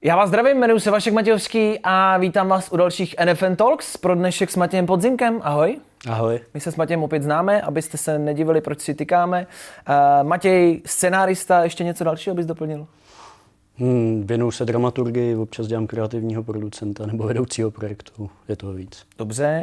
Já vás zdravím, jmenuji se Vašek Matějovský a vítám vás u dalších NFN Talks pro dnešek s Matějem Podzimkem. Ahoj. Ahoj. My se s Matějem opět známe, abyste se nedivili, proč si tykáme. Matěj, scenárista, ještě něco dalšího bys doplnil? Věnuju se dramaturgii, občas dělám kreativního producenta nebo vedoucího projektu, je toho víc. Dobře,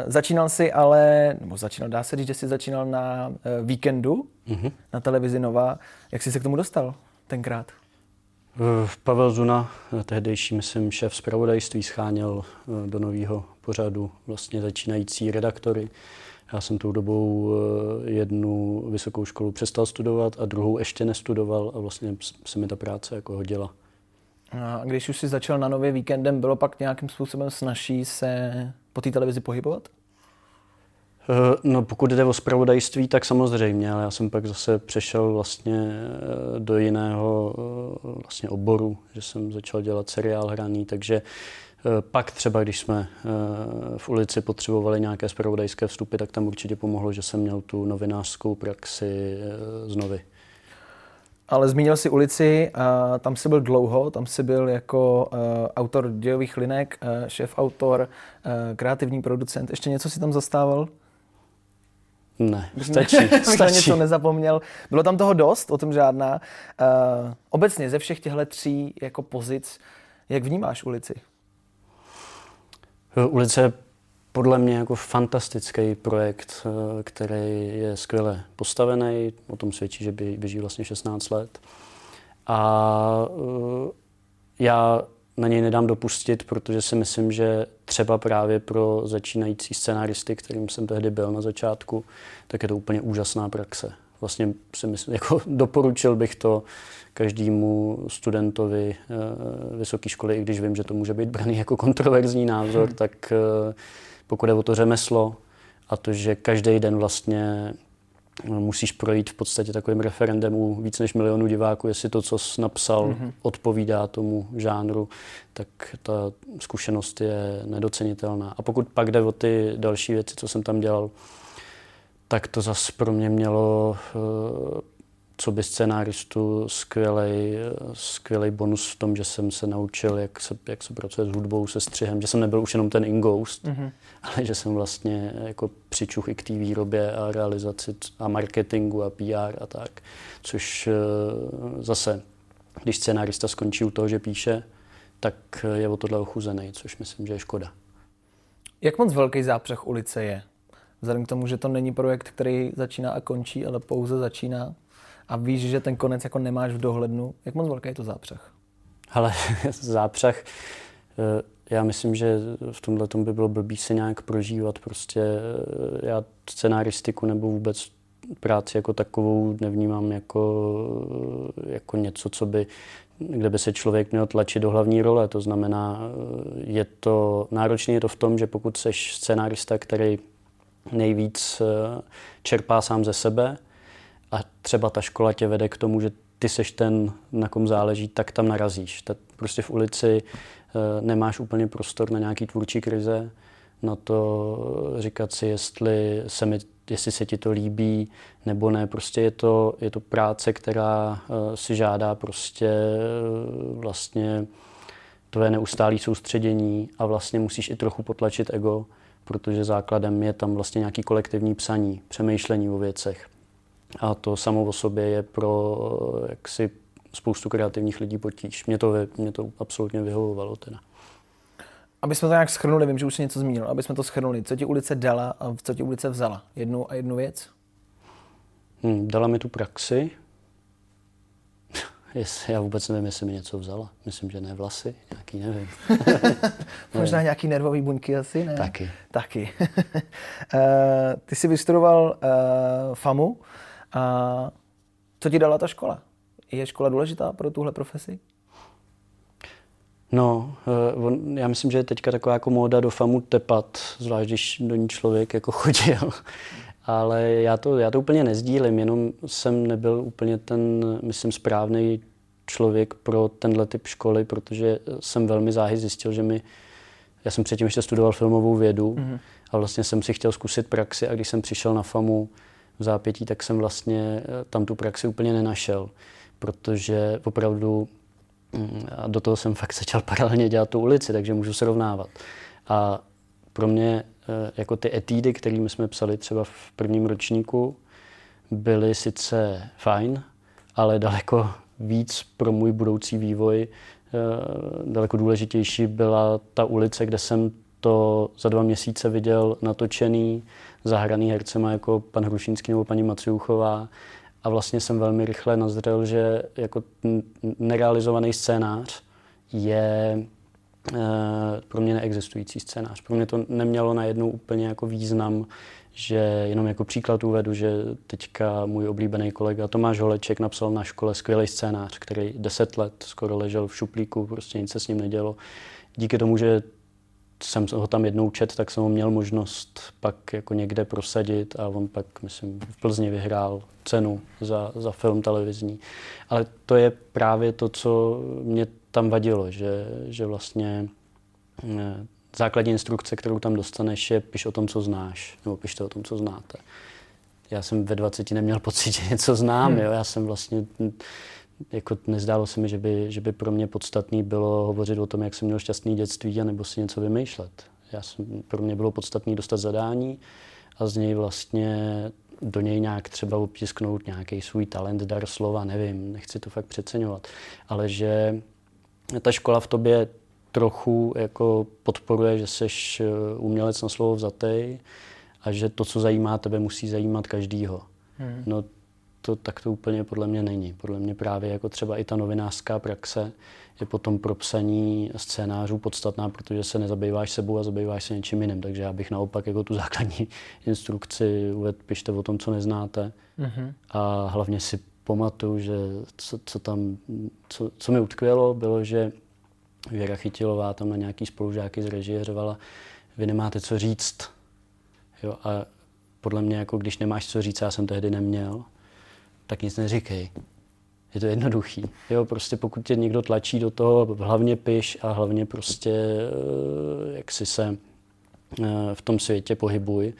dá se říct, že jsi začínal na Víkendu, na televizi Nova. Jak jsi se k tomu dostal tenkrát? Pavel Zuna, tehdejší, myslím, šéf zpravodajství, scháněl do nového pořadu vlastně začínající redaktory. Já jsem tou dobou jednu vysokou školu přestal studovat a druhou ještě nestudoval a vlastně se mi ta práce jako hodila. A když už jsi začal na Nově Víkendem, bylo pak nějakým způsobem snazší se po té televizi pohybovat? No, pokud jde o zpravodajství, tak samozřejmě, ale já jsem pak zase přešel vlastně do jiného vlastně oboru, že jsem začal dělat seriál hraný, takže pak třeba, když jsme v ulici potřebovali nějaké zpravodajské vstupy, tak tam určitě pomohlo, že jsem měl tu novinářskou praxi z Novy. Ale zmínil jsi ulici, tam jsi byl dlouho, tam jsi byl jako autor dějových linek, šéf-autor, kreativní producent. Ještě něco si tam zastával? Ne, stačí. Něco nezapomněl. Bylo tam toho dost, o tom žádná. Obecně ze všech těchto tří jako pozic, jak vnímáš ulici? Ulice je podle mě jako fantastický projekt, který je skvěle postavený. O tom svědčí, že běží vlastně 16 let. A já na něj nedám dopustit, protože si myslím, že třeba právě pro začínající scenáristy, kterým jsem tehdy byl na začátku, tak je to úplně úžasná praxe. Vlastně si myslím, jako doporučil bych to každému studentovi vysoké školy, i když vím, že to může být braný jako kontroverzní názor, tak pokud je o to řemeslo a to, že každý den vlastně musíš projít v podstatě takovým referendem u víc než milionu diváků, jestli to, co jsi napsal, odpovídá tomu žánru, tak ta zkušenost je nedocenitelná. A pokud pak jde o ty další věci, co jsem tam dělal, tak to zase pro mě mělo co by scénáristu skvělej bonus v tom, že jsem se naučil, jak se pracuje s hudbou, se střihem, že jsem nebyl už jenom ten in-ghost, ale že jsem vlastně jako přičuch i k té výrobě a realizaci a marketingu a PR a tak. Což zase, když scénárista skončí u toho, že píše, tak je o tohle ochuzený, což myslím, že je škoda. Jak moc velký zápřeh ulice je? Vzhledem k tomu, že to není projekt, který začíná a končí, ale pouze začíná a víš, že ten konec jako nemáš v dohlednu. Jak moc velký je to zápřeh? Ale zápřeh, já myslím, že v tomhletom by bylo blbý se nějak prožívat. Prostě já scenaristiku nebo vůbec práci jako takovou nevnímám jako něco, kde by se člověk měl tlačit do hlavní role. To znamená, náročný je to v tom, že pokud seš scenárista, který nejvíc čerpá sám ze sebe a třeba ta škola tě vede k tomu, že ty seš ten, na kom záleží, tak tam narazíš. Prostě v ulici nemáš úplně prostor na nějaký tvůrčí krize, na to říkat si, jestli se ti to líbí nebo ne. Prostě je to práce, která si žádá prostě vlastně tvoje neustálé soustředění a vlastně musíš i trochu potlačit ego, protože základem je tam vlastně nějaký kolektivní psaní, přemýšlení o věcech. A to samo o sobě je pro jaksi spoustu kreativních lidí potíž. Mě to absolutně vyhovovalo teda. Aby jsme to nějak shrnuli, vím, že už jsi něco zmínil, aby jsme to shrnuli. Co ti ulice dala a co ti ulice vzala? Jednu věc? Dala mi tu praxi. Já vůbec nevím, jestli mi něco vzala. Myslím, že ne vlasy, nějaký nevím. Možná nějaký nervový buňky asi, ne? Taky. Ty jsi vystudoval FAMU. Co ti dala ta škola? Je škola důležitá pro tuhle profesi? No, já myslím, že je teďka taková jako móda do FAMU tepat, zvlášť když do ní člověk jako chodil. Ale já to úplně nezdílím, jenom jsem nebyl úplně ten, myslím, správný člověk pro tenhle typ školy, protože jsem velmi záhy zjistil, že já jsem předtím ještě studoval filmovou vědu a vlastně jsem si chtěl zkusit praxi a když jsem přišel na FAMU v zápětí, tak jsem vlastně tam tu praxi úplně nenašel, protože opravdu A do toho jsem fakt začal paralelně dělat tu ulici, takže můžu srovnávat. A pro mě jako ty etídy, kterými jsme psali třeba v prvním ročníku, byly sice fajn, ale daleko víc pro můj budoucí vývoj, daleko důležitější byla ta ulice, kde jsem to za 2 měsíce viděl natočený, zahraný hercema jako pan Hrušínský nebo paní Maciuchová. A vlastně jsem velmi rychle nazřel, že jako nerealizovaný scénář je pro mě neexistující scénář. Pro mě to nemělo najednou úplně jako význam, že jenom jako příklad uvedu, že teďka můj oblíbený kolega Tomáš Holeček napsal na škole skvělý scénář, který 10 let skoro ležel v šuplíku, prostě nic se s ním nedělo. Díky tomu, že jsem ho tam jednou čet, tak jsem ho měl možnost pak jako někde prosadit a on pak, myslím, v Plzni vyhrál cenu za film televizní. Ale to je právě to, co mě tam vadilo, že vlastně základní instrukce, kterou tam dostaneš, je piš o tom, co znáš, nebo pište o tom, co znáte. Já jsem ve 20 neměl pocit, že něco znám, jo? Já jsem vlastně, jako nezdálo se mi, že by pro mě podstatný bylo hovořit o tom, jak jsem měl šťastný dětství, anebo si něco vymýšlet. Pro mě bylo podstatný dostat zadání a z něj vlastně do něj nějak třeba obtisknout nějaký svůj talent, dar slova, nevím, nechci to fakt přeceňovat, ale že ta škola v tobě trochu jako podporuje, že seš umělec na slovo vzatej a že to, co zajímá tebe, musí zajímat každýho. No tak to úplně podle mě není. Podle mě právě jako třeba i ta novinářská praxe je potom pro psaní scénářů podstatná, protože se nezabýváš sebou a zabýváš se něčím jiným. Takže já bych naopak jako tu základní instrukci uvedl, pište o tom, co neznáte. A hlavně si pamatuju, že co mi utkvělo, bylo, že Věra Chytilová tam na nějaký spolužáky z režie řvala, vy nemáte co říct. Jo, a podle mě, jako když nemáš co říct, já jsem tehdy neměl, tak nic neříkej. Je to jednoduchý. Jo, prostě pokud tě někdo tlačí do toho, hlavně piš a hlavně prostě jak si se v tom světě pohybuj,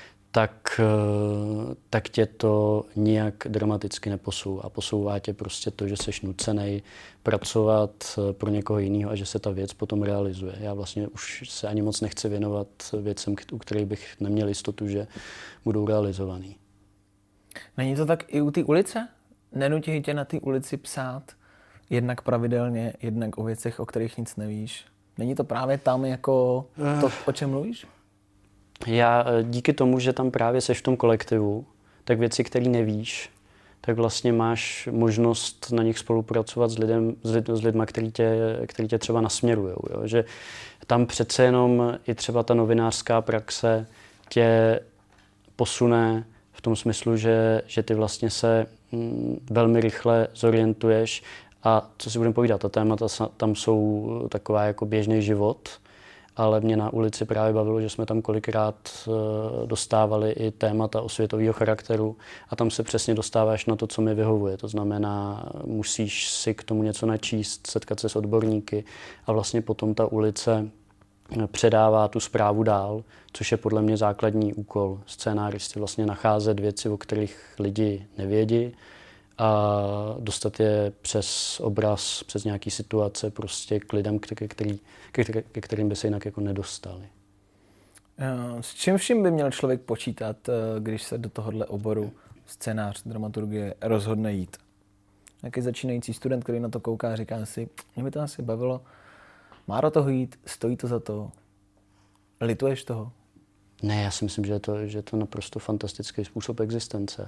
tak tě to nijak dramaticky neposouvá. Posouvá tě prostě to, že seš nucenej pracovat pro někoho jiného a že se ta věc potom realizuje. Já vlastně už se ani moc nechci věnovat věcem, u kterých bych neměl jistotu, že budou realizovaný. Není to tak i u té ulice? Nenutí tě na té ulici psát jednak pravidelně, jednak o věcech, o kterých nic nevíš? Není to právě tam jako to, o čem mluvíš? Já díky tomu, že tam právě seš v tom kolektivu, tak věci, které nevíš, tak vlastně máš možnost na nich spolupracovat s lidma, který tě třeba nasměrujou. Jo? Že tam přece jenom i třeba ta novinářská praxe tě posune v tom smyslu, že ty vlastně se velmi rychle zorientuješ a co si budeme povídat, ta témata tam jsou taková jako běžný život, ale mě na ulici právě bavilo, že jsme tam kolikrát dostávali i témata osvětového charakteru a tam se přesně dostáváš na to, co mi vyhovuje. To znamená, musíš si k tomu něco načíst, setkat se s odborníky a vlastně potom ta ulice předává tu zprávu dál, což je podle mě základní úkol scénáristy, vlastně nacházet věci, o kterých lidi nevědí a dostat je přes obraz, přes nějaký situace prostě k lidem, ke kterým by se jinak jako nedostali. S čím vším by měl člověk počítat, když se do tohohle oboru scénář, dramaturgie rozhodne jít? Nějaký začínající student, který na to kouká a říká si, mě by to asi bavilo, má do toho jít, stojí to za to, lituješ toho? Ne, já si myslím, že je to naprosto fantastický způsob existence,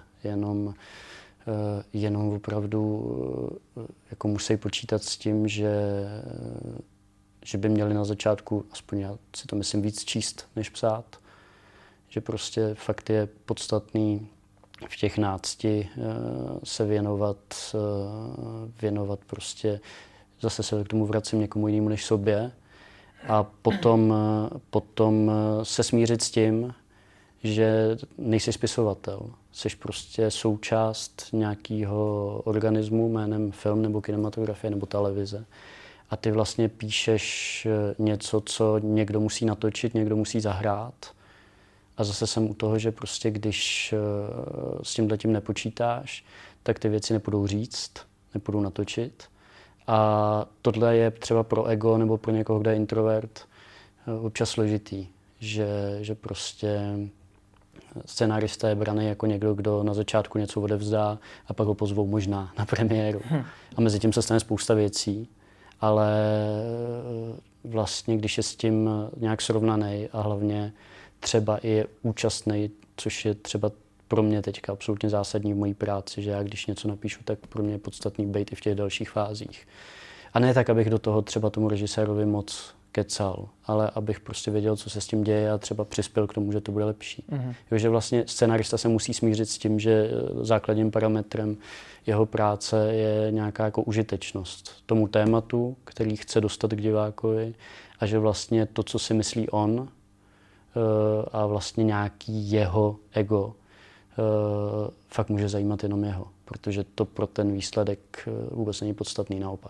jenom opravdu jako musí počítat s tím, že by měli na začátku, aspoň já si to myslím, víc číst, než psát. Že prostě fakt je podstatný v těch nácti se věnovat prostě, zase se k tomu vracím někomu jinému než sobě a potom se smířit s tím, že nejsi spisovatel. Jsi prostě součást nějakého organismu jménem film nebo kinematografie nebo televize. A ty vlastně píšeš něco, co někdo musí natočit, někdo musí zahrát. A zase jsem u toho, že prostě když s tímhletím nepočítáš, tak ty věci nepůjdou říct, nepůjdou natočit. A tohle je třeba pro ego nebo pro někoho, kdo je introvert, občas složitý, že prostě scenárista je braný jako někdo, kdo na začátku něco odevzdá a pak ho pozvou možná na premiéru. A mezi tím se stane spousta věcí, ale vlastně, když je s tím nějak srovnaný a hlavně třeba i je účastný, což je třeba pro mě teďka absolutně zásadní v mojí práci, že já když něco napíšu, tak pro mě je podstatný být i v těch dalších fázích. A ne tak, abych do toho třeba tomu režisérovi moc kecal, ale abych prostě věděl, co se s tím děje a třeba přispěl k tomu, že to bude lepší. Jo, že vlastně scenárista se musí smířit s tím, že základním parametrem jeho práce je nějaká jako užitečnost tomu tématu, který chce dostat k divákovi a že vlastně to, co si myslí on a vlastně nějaký jeho ego, fakt může zajímat jenom jeho, protože to pro ten výsledek vůbec není podstatný, naopak.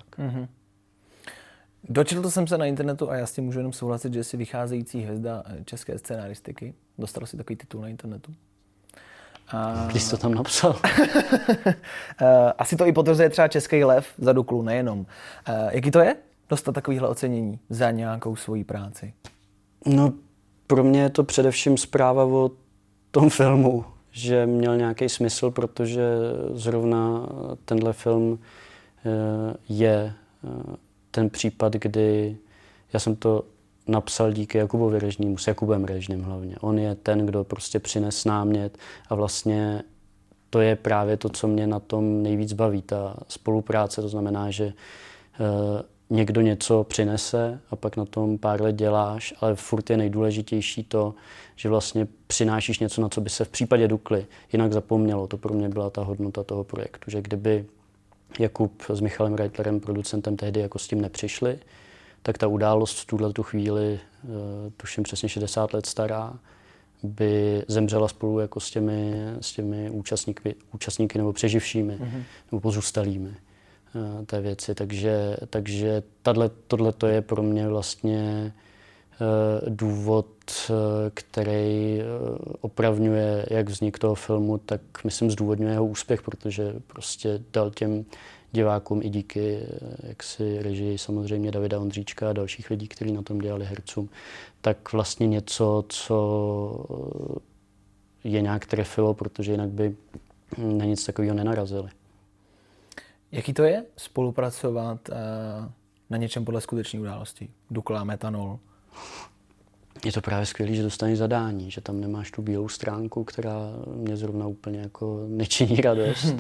Dočetl jsem se na internetu a já s tím můžu jenom souhlasit, že jsi vycházející hvězda české scenaristiky. Dostal si takový titul na internetu. Když jsi to tam napsal? Asi to i potvrzuje třeba Český lev za Duklu, nejenom. Jaký to je dostat takovýhle ocenění za nějakou svoji práci? No, pro mě je to především zpráva o tom filmu, že měl nějaký smysl, protože zrovna tenhle film je ten případ, kdy já jsem to napsal díky Jakubovi Režnímu, s Jakubem Režným hlavně. On je ten, kdo prostě přines námět a vlastně to je právě to, co mě na tom nejvíc baví, ta spolupráce. To znamená, že někdo něco přinese a pak na tom pár let děláš, ale furt je nejdůležitější to, že vlastně přinášíš něco, na co by se v případě Dukly jinak zapomnělo. To pro mě byla ta hodnota toho projektu, že kdyby Jakub s Michalem Reitlerem, producentem, tehdy jako s tím nepřišli, tak ta událost v tuhletu chvíli, tuším přesně 60 let stará, by zemřela spolu jako s těmi účastníky nebo přeživšími, nebo pozůstalými té věci. Takže tohle je pro mě vlastně důvod, který opravňuje jak vznik toho filmu, tak myslím zdůvodňuje jeho úspěch, protože prostě dal těm divákům i díky jaksi režii samozřejmě Davida Ondříčka a dalších lidí, kteří na tom dělali, hercům, tak vlastně něco, co je nějak trefilo, protože jinak by na nic takového nenarazili. Jaký to je spolupracovat na něčem podle skutečné události? Dukla, Metanol. Je to právě skvělé, že dostaneš zadání, že tam nemáš tu bílou stránku, která mě zrovna úplně jako nečiní radost.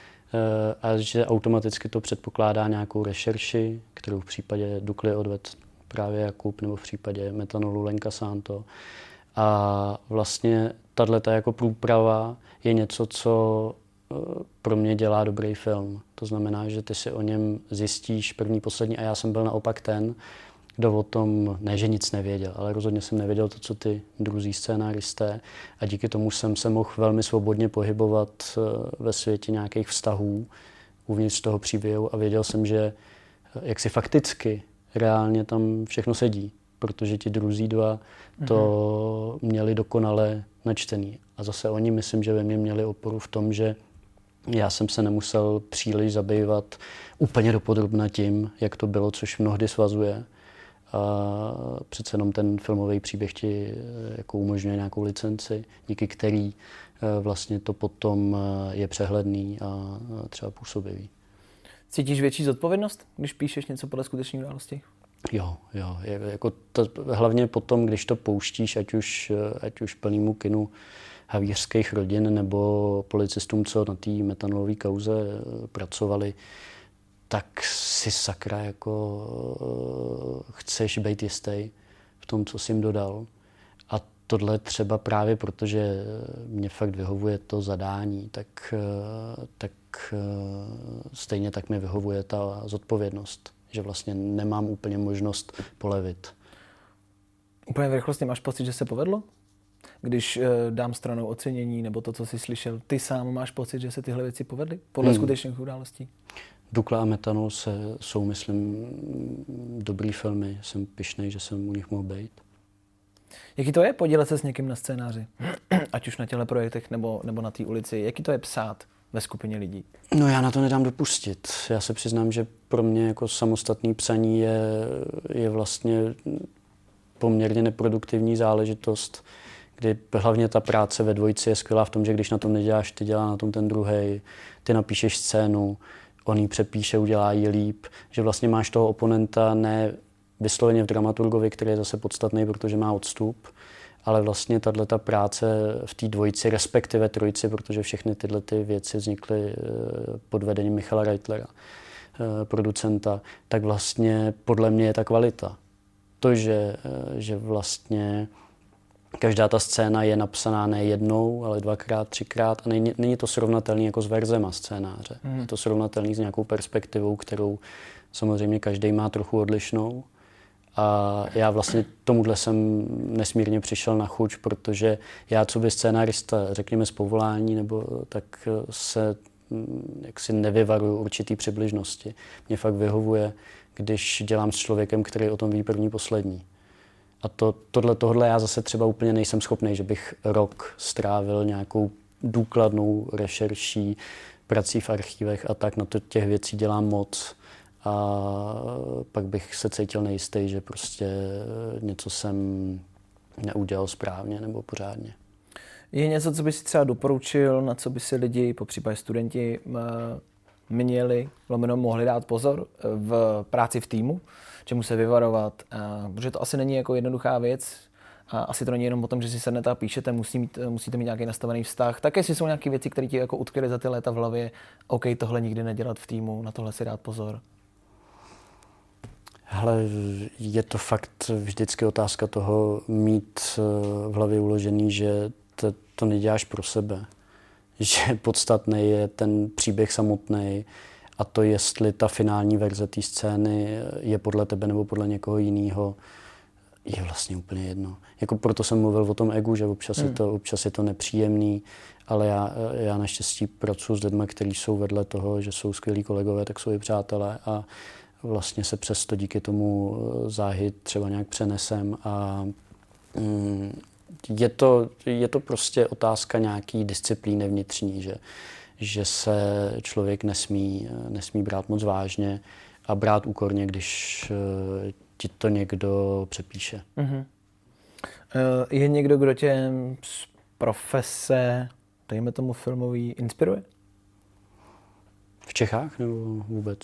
A že automaticky to předpokládá nějakou rešerši, kterou v případě Dukly odvedl právě Jakub, nebo v případě Metanolu Lenka Santo. A vlastně tato jako průprava je něco, co pro mě dělá dobrý film. To znamená, že ty si o něm zjistíš první, poslední a já jsem byl naopak ten, kdo o tom, ne že nic nevěděl, ale rozhodně jsem nevěděl to, co ty druzí scénáristé a díky tomu jsem se mohl velmi svobodně pohybovat ve světě nějakých vztahů uvnitř toho příběhu a věděl jsem, že jaksi fakticky reálně tam všechno sedí, protože ti druzí dva to měli dokonale načtený. A zase oni, myslím, že ve mně měli oporu v tom, že já jsem se nemusel příliš zabývat úplně dopodrobna tím, jak to bylo, což mnohdy svazuje. A přece jenom ten filmový příběh ti jako umožňuje nějakou licenci, díky který vlastně to potom je přehledný a třeba působivý. Cítíš větší zodpovědnost, když píšeš něco podle skutečné události? Jo. Jako hlavně potom, když to pouštíš, ať už plnému kinu havířských rodin nebo policistům, co na té metanolové kauze pracovali, tak si sakra jako chceš být jistý v tom, co jsi jim dodal. A tohle třeba právě protože mě fakt vyhovuje to zadání, tak stejně tak mi vyhovuje ta zodpovědnost, že vlastně nemám úplně možnost polevit. Úplně v rychlosti máš pocit, že se povedlo? Když dám stranou ocenění nebo to, co jsi slyšel, ty sám máš pocit, že se tyhle věci povedly podle skutečných událostí? Dukla a Metanol jsou, myslím, dobrý filmy. Jsem pyšnej, že jsem u nich mohl být. Jaký to je podílet se s někým na scénáři? Ať už na těchto projektech nebo na té ulici. Jaký to je psát ve skupině lidí? No já na to nedám dopustit. Já se přiznám, že pro mě jako samostatný psaní je vlastně poměrně neproduktivní záležitost, kdy hlavně ta práce ve dvojici je skvělá v tom, že když na tom neděláš, ty dělá na tom ten druhej, ty napíšeš scénu, on ji přepíše, udělá ji líp, že vlastně máš toho oponenta ne vysloveně v dramaturgovi, který je zase podstatný, protože má odstup, ale vlastně tato práce v té dvojici, respektive trojici, protože všechny tyhle ty věci vznikly pod vedením Michala Reitlera, producenta, tak vlastně podle mě je ta kvalita. To, že vlastně každá ta scéna je napsaná ne jednou, ale dvakrát, třikrát a není to srovnatelný jako s verzema scénáře. Je to srovnatelný s nějakou perspektivou, kterou samozřejmě každý má trochu odlišnou. A já vlastně tomuhle jsem nesmírně přišel na chuť, protože já, co by scénárista, řekněme z povolání, nebo tak se jaksi nevyvaruju určitý přibližnosti. Mě fakt vyhovuje, když dělám s člověkem, který o tom ví první, poslední. A tohle já zase třeba úplně nejsem schopný, že bych rok strávil nějakou důkladnou rešerší, prací v archívech a tak, na to těch věcí dělám moc. A pak bych se cítil nejistý, že prostě něco jsem neudělal správně nebo pořádně. Je něco, co by si třeba doporučil, na co by si lidi, popřípadě studenti, měli, mohli dát pozor v práci v týmu, čemu se vyvarovat, protože to asi není jako jednoduchá věc a asi to není jenom o tom, že si sednete a píšete, musíte mít nějaký nastavený vztah. Tak jestli jsou nějaké věci, které ti jako utkvěly za ty léta v hlavě, OK, tohle nikdy nedělat v týmu, na tohle si dát pozor. Hele, je to fakt vždycky otázka toho mít v hlavě uložený, že to neděláš pro sebe. Že podstatný je ten příběh samotný a to, jestli ta finální verze té scény je podle tebe nebo podle někoho jiného, je vlastně úplně jedno. Jako proto jsem mluvil o tom egu, že občas je to nepříjemný, ale já naštěstí pracuji s lidmi, kteří jsou vedle toho, že jsou skvělí kolegové, tak jsou i přátelé a vlastně se přesto díky tomu záhy třeba nějak přenesem a je to prostě otázka nějaký disciplíny vnitřní, že se člověk nesmí brát moc vážně a brát úkorně, když ti to někdo přepíše. Mm-hmm. Je někdo, kdo tě z profese, dejme tomu filmový, inspiruje? V Čechách nebo vůbec?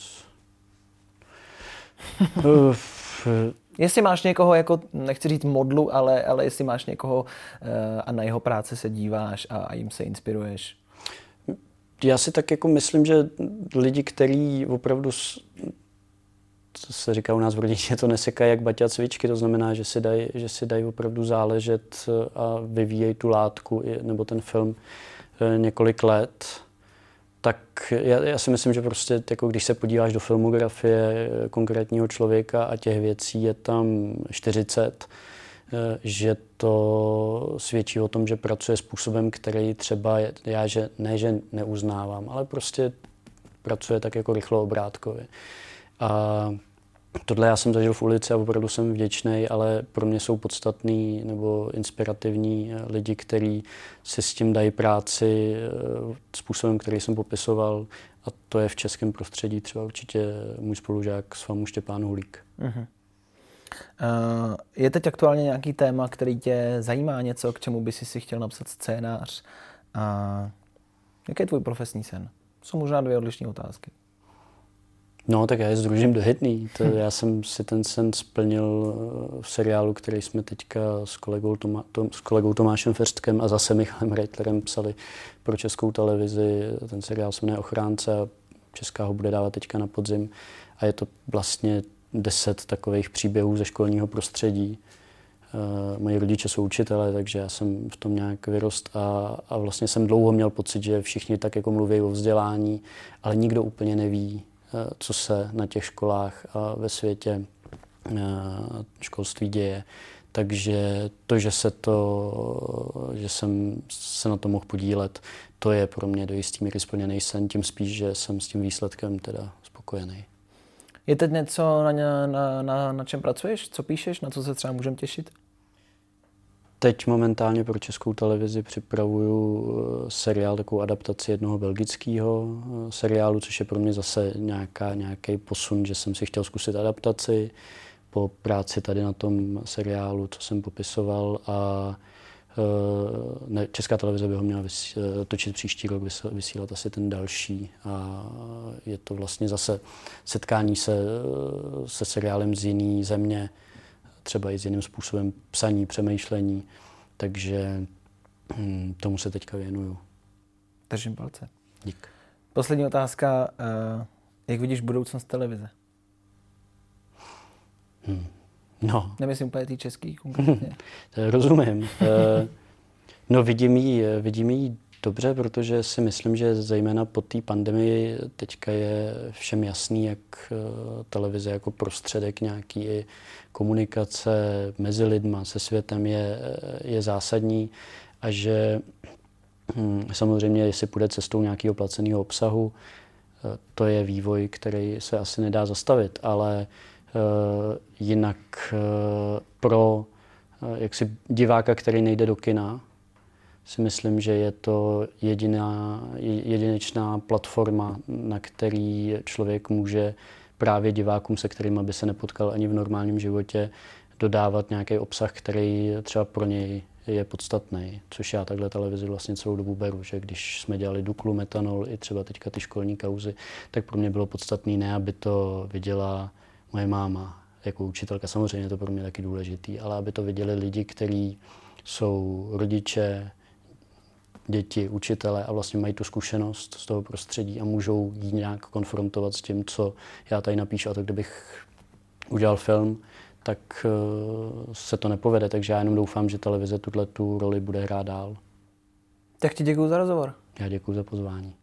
Jestli máš někoho, jako nechci říct modlu, ale jestli máš někoho a na jeho práce se díváš a jim se inspiruješ. Já si tak jako myslím, že lidi, kteří opravdu, co se říká u nás v rodině, to nesekají jak baťa cvičky, to znamená, že si dají opravdu záležet a vyvíjejí tu látku nebo ten film několik let. Tak já si myslím, že prostě jako když se podíváš do filmografie konkrétního člověka a těch věcí je tam 40, že to svědčí o tom, že pracuje způsobem, který třeba že neuznávám, ale prostě pracuje tak jako rychloobrátkově. A tohle já jsem zažil v ulici a opravdu jsem vděčný, ale pro mě jsou podstatný nebo inspirativní lidi, kteří si s tím dají práci způsobem, který jsem popisoval, a to je v českém prostředí třeba určitě můj spolužák s FAMU Štěpán Hulík. Uh-huh. Je teď aktuálně nějaký téma, který tě zajímá, něco, k čemu by si chtěl napsat scénář? A jaký je tvůj profesní sen? Jsou možná 2 odlišné otázky. No, tak já je sdružím do Hitný. Já jsem si ten sen splnil v seriálu, který jsme teďka s kolegou Tomášem Ferstkem a zase Michalem Reitlerem psali pro Českou televizi. Ten seriál se jmenuje Ochránce a Česká ho bude dávat teďka na podzim. A je to vlastně 10 takových příběhů ze školního prostředí. Moji rodiče jsou učitelé, takže já jsem v tom nějak vyrost a vlastně jsem dlouho měl pocit, že všichni tak jako mluví o vzdělání, ale nikdo úplně neví, co se na těch školách a ve světě školství děje. Takže to, že jsem se na to mohl podílet, to je pro mě do jistý míry splněný sen, tím spíš, že jsem s tím výsledkem teda spokojený. Je teď něco, na čem pracuješ? Co píšeš? Na co se třeba můžeme těšit? teď momentálně pro Českou televizi připravuju seriál, takovou adaptaci jednoho belgického seriálu, což je pro mě zase nějaký posun, že jsem si chtěl zkusit adaptaci po práci tady na tom seriálu, co jsem popisoval, a Česká televize by ho měla točit příští rok, vysílat asi ten další. A je to vlastně zase setkání se seriálem z jiné země, třeba i s jiným způsobem psaní, přemýšlení, takže tomu se teďka věnuju. Držím palce. Dík. Poslední otázka. Jak vidíš budoucnost televize? No. Nemyslím úplně ty český konkrétně. Rozumím. No vidím jí dobře, protože si myslím, že zejména po té pandemii teďka je všem jasný, jak televize jako prostředek nějaký komunikace mezi lidma, se světem je zásadní a že samozřejmě, jestli půjde cestou nějakého placeného obsahu, to je vývoj, který se asi nedá zastavit, ale jinak pro jaksi diváka, který nejde do kina, si myslím, že je to jedinečná platforma, na který člověk může právě divákům, se kterými by se nepotkal ani v normálním životě, dodávat nějaký obsah, který třeba pro něj je podstatný, což já takhle televizi vlastně celou dobu beru, že když jsme dělali Duklu, Metanol i třeba teďka ty školní kauzy, tak pro mě bylo podstatný ne, aby to viděla moje máma jako učitelka, samozřejmě je to pro mě taky důležitý, ale aby to viděli lidi, kteří jsou rodiče, děti, učitelé a vlastně mají tu zkušenost z toho prostředí a můžou ji nějak konfrontovat s tím, co já tady napíšu. A tak kdybych udělal film, tak se to nepovede, takže já jenom doufám, že televize tu roli bude hrát dál. Tak ti děkuju za rozhovor. Já děkuju za pozvání.